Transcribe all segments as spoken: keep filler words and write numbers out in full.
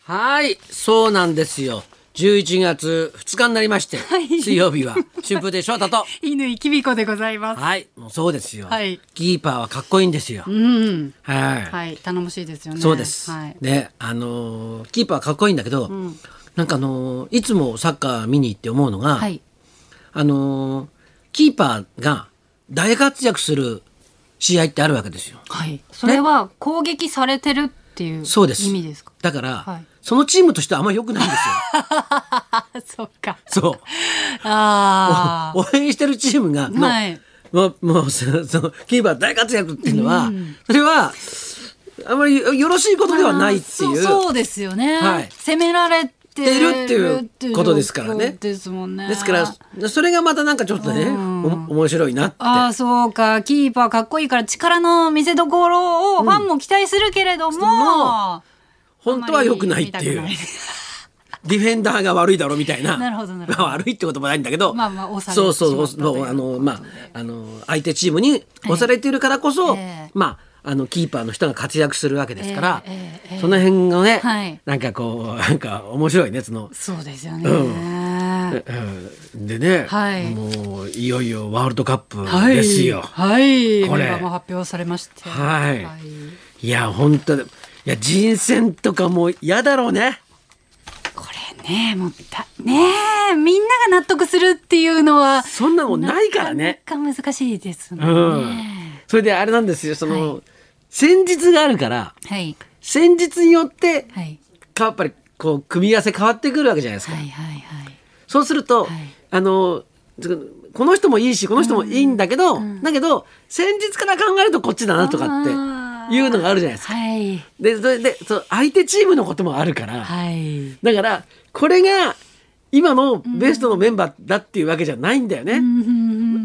はい、そうなんですよ。じゅういちがつふつかになりまして、はい、水曜日は春風亭昇太と乾きびこでございます。 はい、もうそうですよ、 はい、 キーパーはかっこいいんですよ。 うん、 はい、 はい、頼もしいですよね。 そうです、 はい、 ね、あのー、キーパーはかっこいいんだけど、うん、なんかあのー、いつもサッカー見に行って思うのが、はい、あのー、キーパーが大活躍する試合ってあるわけですよ。 はい、それは攻撃されてるっていう意味ですか？ だから、はい、そのチームとしてはあんまり良くないんですよ。そっか。 そう。 あ応援してるチームがの、はい、もうもうそのキーパー大活躍っていうのは、うん、それはあまりよろしいことではないっていう。 そう、そうですよね。はい、攻められているっていうことですからね。 ですもんね。 ですからそれがまたなんかちょっとね、うん、面白いなって。 ああ、そうか。キーパーかっこいいから力の見せ所をファンも期待するけれども、うん、 本当は良くないっていう。ディフェンダーが悪いだろうみたいな。 なるほどなるほど。 悪いってこともないんだけど、 まあまあ押されてしまったということで。 そうそう、あのまああの相手チームに押されているからこそ、えー、まあ。あのキーパーの人が活躍するわけですから、えーえーえー、その辺のね、はい、なんかこうなんか面白いねその。 そうですよね。 うん、でね、はい、もういよいよワールドカップですよ。 はい。はい、これメンバーも発表されまして。 はい。はい、いや本当いや人選とかも嫌だろうね。 これねもったねみんなが納得するっていうのはそんなもんないからね。 なかなか難しいですもんね。うん、 それであれなんですよその。はい、戦術があるから、はい、戦術によって、はい、やっぱりこう組み合わせ変わってくるわけじゃないですか。はいはいはい、そうすると、はい、あのこの人もいいしこの人もいいんだけど、うん、だけど戦術から考えるとこっちだなとかっていうのがあるじゃないですか。はい、でそれでそう相手チームのこともあるから、はい、だからこれが今のベストのメンバーだっていうわけじゃないんだよね。うん、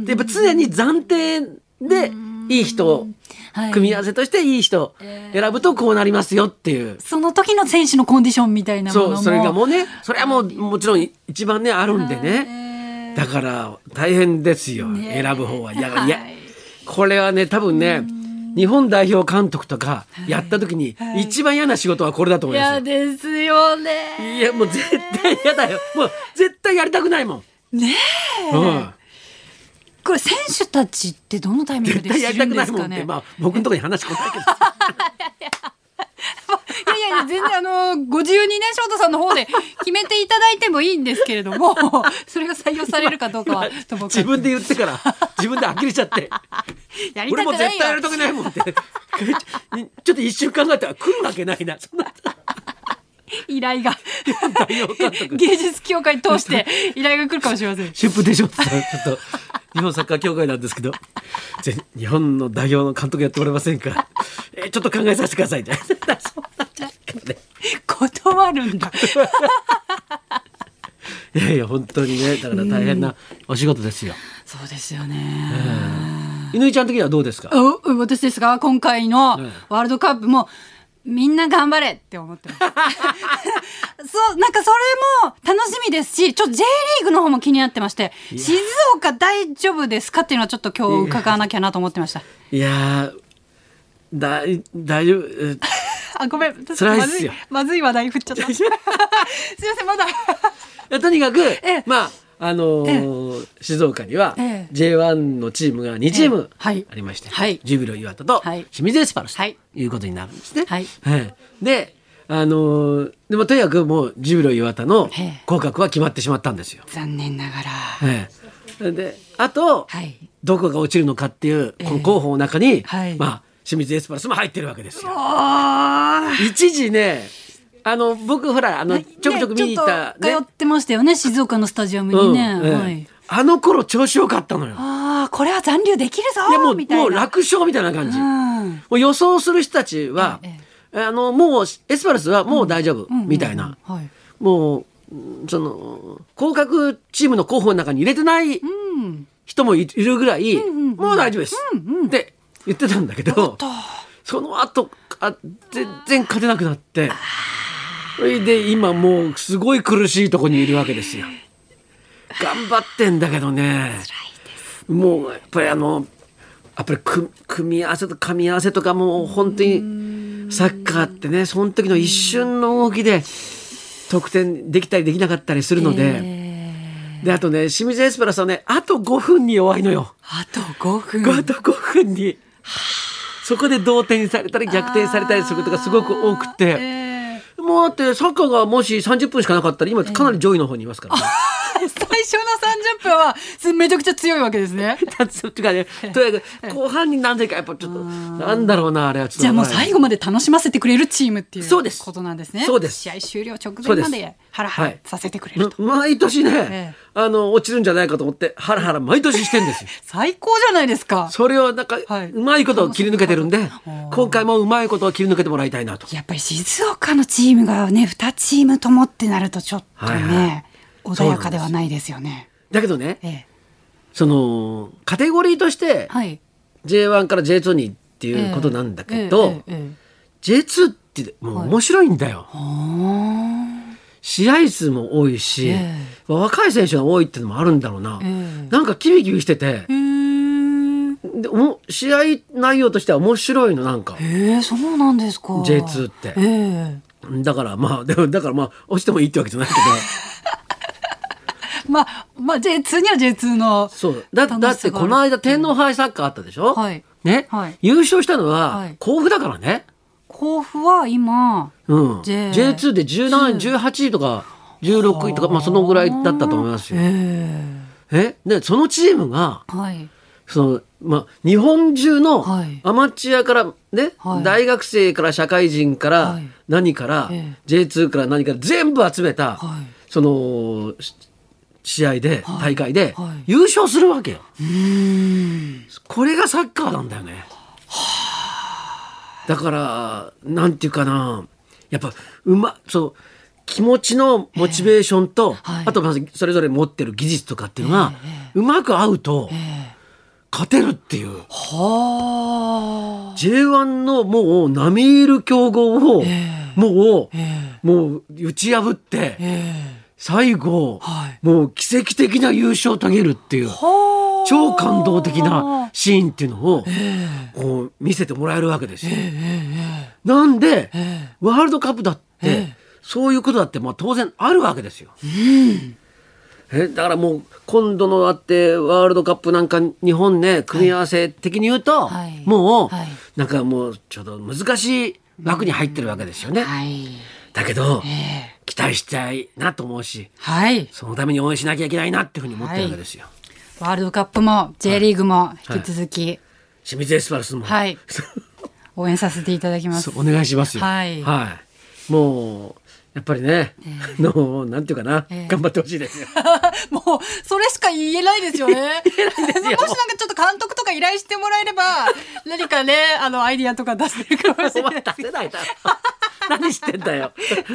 でやっぱ常に暫定でいい人を組み合わせとしていい人選ぶとこうなりますよっていう、えー、 その時の選手のコンディションみたいなものもそうそれがもうねそれはもうもちろん一番ねあるんでね、えー、だから大変ですよ、ね、選ぶ方は。いや、はい、いやこれはね多分ね日本代表監督とかやった時に一番嫌な仕事はこれだと思いますよ。 いやですよね。 いやもう絶対嫌だよ。もう絶対やりたくないもんねえ、うん、これ選手たちってどのタイミングで知るんですかね。絶対やりたくないもんって、まあ、僕のところに話来ないけどいやいや全然あのご自由にね翔太さんの方で決めていただいてもいいんですけれどもそれが採用されるかどうかはと僕自分で言ってから自分で呆れちゃってやりたくないよ俺も絶対やりたくないもんってちょっと一瞬考えたら来るわけないなそんな依頼が芸術協会通して依頼が来るかもしれません。 春風亭昇太さんちょっと日本サッカー協会なんですけどぜ日本の代表の監督やってもらえませんかえー、ちょっと考えさせてくださいじゃそんなんじゃないけどね断るんだいやいや本当にねだから大変なお仕事ですよ。 そうですよね。 乾ちゃん的にはどうですか。 私ですが今回のワールドカップもみんな頑張れって思ってますそうなんかそれも楽しみですしちょっと J リーグの方も気になってまして静岡大丈夫ですかっていうのはちょっと今日伺わなきゃなと思ってました。 いやだ大丈夫あごめん辛いっすよ。 まずい話題振っちゃったすいませんまだとにかくまああのー、静岡には ジェイワン のチームがにチームありまして、はい、ジュビロ磐田と清水エスパルスということになるんですね。はいはい、で、あのー、でもとにかくもうジュビロ磐田の降格は決まってしまったんですよ。 残念ながら。 であと、はい、どこが落ちるのかっていうこの候補の中に、はい、まあ、清水エスパルスも入ってるわけですよ。一時ねあの僕ほらあのちょくちょく見に行った、 ね、通ってましたよね静岡のスタジアムにね、うんはい、 あの頃調子良かったのよ。 あこれは残留できるぞいやもうみたいなもう楽勝みたいな感じ、うん、もう予想する人たちは、ええ、あのもうエスパルスはもう大丈夫、うん、みたいな、うんうんはい、もうその降格チームの候補の中に入れてない人もいるぐらい、うん、もう大丈夫です、うんうん、って言ってたんだけどその後あ全然勝てなくなってそれで今もうすごい苦しいところにいるわけですよ。頑張ってんだけどねもうやっぱりあのやっぱり組み合わせと噛み合わせとかもう本当にサッカーってねその時の一瞬の動きで得点できたりできなかったりするので、えー、であとね清水エスパルスはねあとごふんに弱いのよ。 あとごふんあとごふんにそこで同点されたり逆転されたりすることがすごく多くて、えー、もうだってサッカーがもしさんじゅっぷんしかなかったら今かなり上位の方にいますからね、 えー、最初のさんじゅっぷんはめちゃくちゃ強いわけですね。 というかね、とにかく後半に何でかやっぱちょっとなんだろうなあれはちょっと。 じゃあもう最後まで楽しませてくれるチームっていうことなんですね。 そうです。 試合終了直前までハラハラさせてくれると、 はい、毎年ね、ええ、あの落ちるんじゃないかと思ってハラハラ毎年してんですよ。 最高じゃないですか。 それをなんか、はい、うまいことを切り抜けてるんで今回もうまいことを切り抜けてもらいたいなと。 やっぱり静岡のチームがねにチームともってなるとちょっとね、はいはい、穏やかではないですよね。 だけどね、ええ、そのカテゴリーとして、はい、ジェイワン から ジェイツー にっていうことなんだけど、ええええ、ジェイツー ってもう面白いんだよ、はい、試合数も多いし、ええ、若い選手が多いっていうのもあるんだろうな、ええ、なんかキビキビしてて、えー、でも試合内容としては面白いのなんか、 えー、そうなんですかジェイツー って、えー、だからまあでもだからまあ落ちてもいいってわけじゃないけどまあ、まあ ジェイツー には ジェイツー のそう だ, だってこの間天皇杯サッカーあったでしょ、はいねはい、優勝したのは甲府だからね。 甲府は今、 うん、ジェイツー でじゅうなな、じゅうはちいとかじゅうろくいとか、まあ、そのぐらいだったと思いますよ。えでそのチームが、はい、そのまあ、日本中のアマチュアからね、はい、大学生から社会人から何から、はい、ジェイツー から何から全部集めた、はい、その試合で、はい、大会で優勝するわけよ、はい、うーんこれがサッカーなんだよね。だからなんていうかなやっぱうまそう気持ちのモチベーションと、えーはい、あとまずそれぞれ持ってる技術とかっていうのが、えー、うまく合うと、えー、勝てるっていう、は ジェイワン のもう並みいる強豪を、えー、もう、えー、もう打ち破って、えー最後、はい、もう奇跡的な優勝を遂げるっていう超感動的なシーンっていうのを、えー、こう見せてもらえるわけですよ、えーえー、なんで、えー、ワールドカップだって、えー、そういうことだってまあ当然あるわけですよ、うんえだからもう今度のあってワールドカップなんか日本ね組み合わせ的に言うと、はい、もう、はい、なんかもうちょっと難しい枠に入ってるわけですよね、はい、だけど、えー、期待したいなと思うし、はい、そのために応援しなきゃいけないなっていうふうに思ってるわけですよ、 はい、ワールドカップも J リーグも引き続き、はいはい、 清水エスパルスも、はい、 応援させていただきます。 お願いしますよ、はいはい、もうやっぱりね、えー、のなんていうかな、えー、頑張ってほしいですよもうそれしか言えないですよね言えないですよもしなんかちょっと監督とか依頼してもらえれば何かねあのアイディアとか出せるかもしれない。お前出せないだろ何してんだよ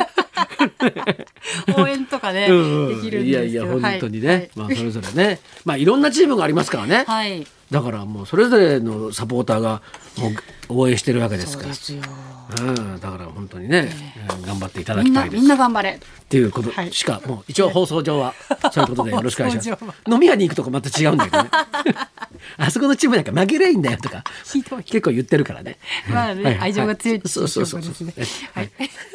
応援とかね、うんうん、できるんですけど、いやいや本当にね、はいまあ、それぞれねまあいろんなチームがありますからね、はい、だからもうそれぞれのサポーターがもう応援してるわけですから。そうですよ、うん、だから本当にね、えー、頑張っていただきたいです。 みんな、みんな頑張れっていうことしか、はい、もう一応放送上はそういうことでよろしくお願いします飲み屋に行くとこまた違うんだけどねあそこのチームなんか負けりゃいいんだよとか結構言ってるからねまあね、はい、愛情が強いっていう証拠ですね。はい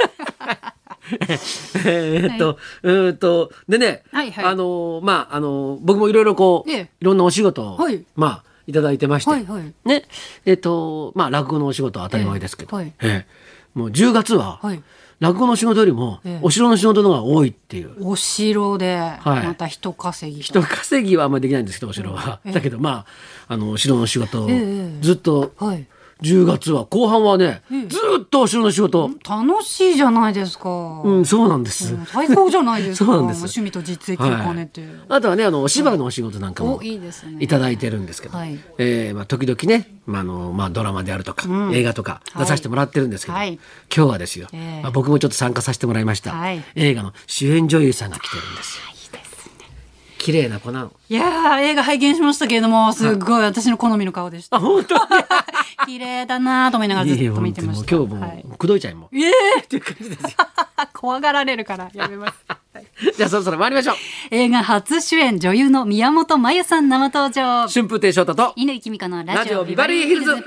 えっと、はい、うんとでね、はいはい、あのまああの僕もいろいろこう、ええ、いろんなお仕事を、はい、まあいただいてまして、はいはい、ねえっとまあ落語のお仕事は当たり前ですけど、ええはいええ、もうじゅうがつは、はい、落語の仕事よりも、ええ、お城の仕事の方が多いっていう。お城でまた人稼ぎ、 人稼ぎはあんまりできないんですけどお城は、ええ、だけどまああのお城の仕事をずっと、ええはいじゅうがつは後半はね、うん、ずっとお城の仕事楽しいじゃないですか。 うんそうなんです、 うん、最高じゃないですかそうなんです趣味と実績を兼ねて、はい、 あとはねあのお芝居のお仕事なんかもいただいてるんですけど、はいえーまあ、時々ね、まあのまあ、ドラマであるとか、うん、映画とか出させてもらってるんですけど、はい、今日はですよ、えーまあ、僕もちょっと参加させてもらいました、はい、映画の主演女優さんが来てるんですよ。綺麗な子なの。 いやー映画拝見しましたけれどもすごい私の好みの顔でした。 あ本当に綺麗だなと思いながらずっと見てました。 今日もう口説いちゃいもイエーっていう感じですよ怖がられるからやめます、 はい、じゃあそろそろ参りましょう。 映画初主演女優の宮本真由さん生登場。 春風亭昇太と乾きみかのラジオビバリーヒルズ。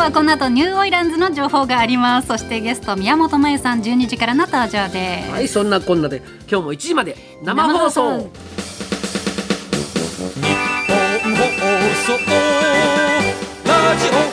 はこの後ニューオイランズの情報があります。そしてゲスト宮本真由さんじゅうにじからの登場です。 はい、そんなこんなで今日もいちじまで生放送。日本放送ラジオ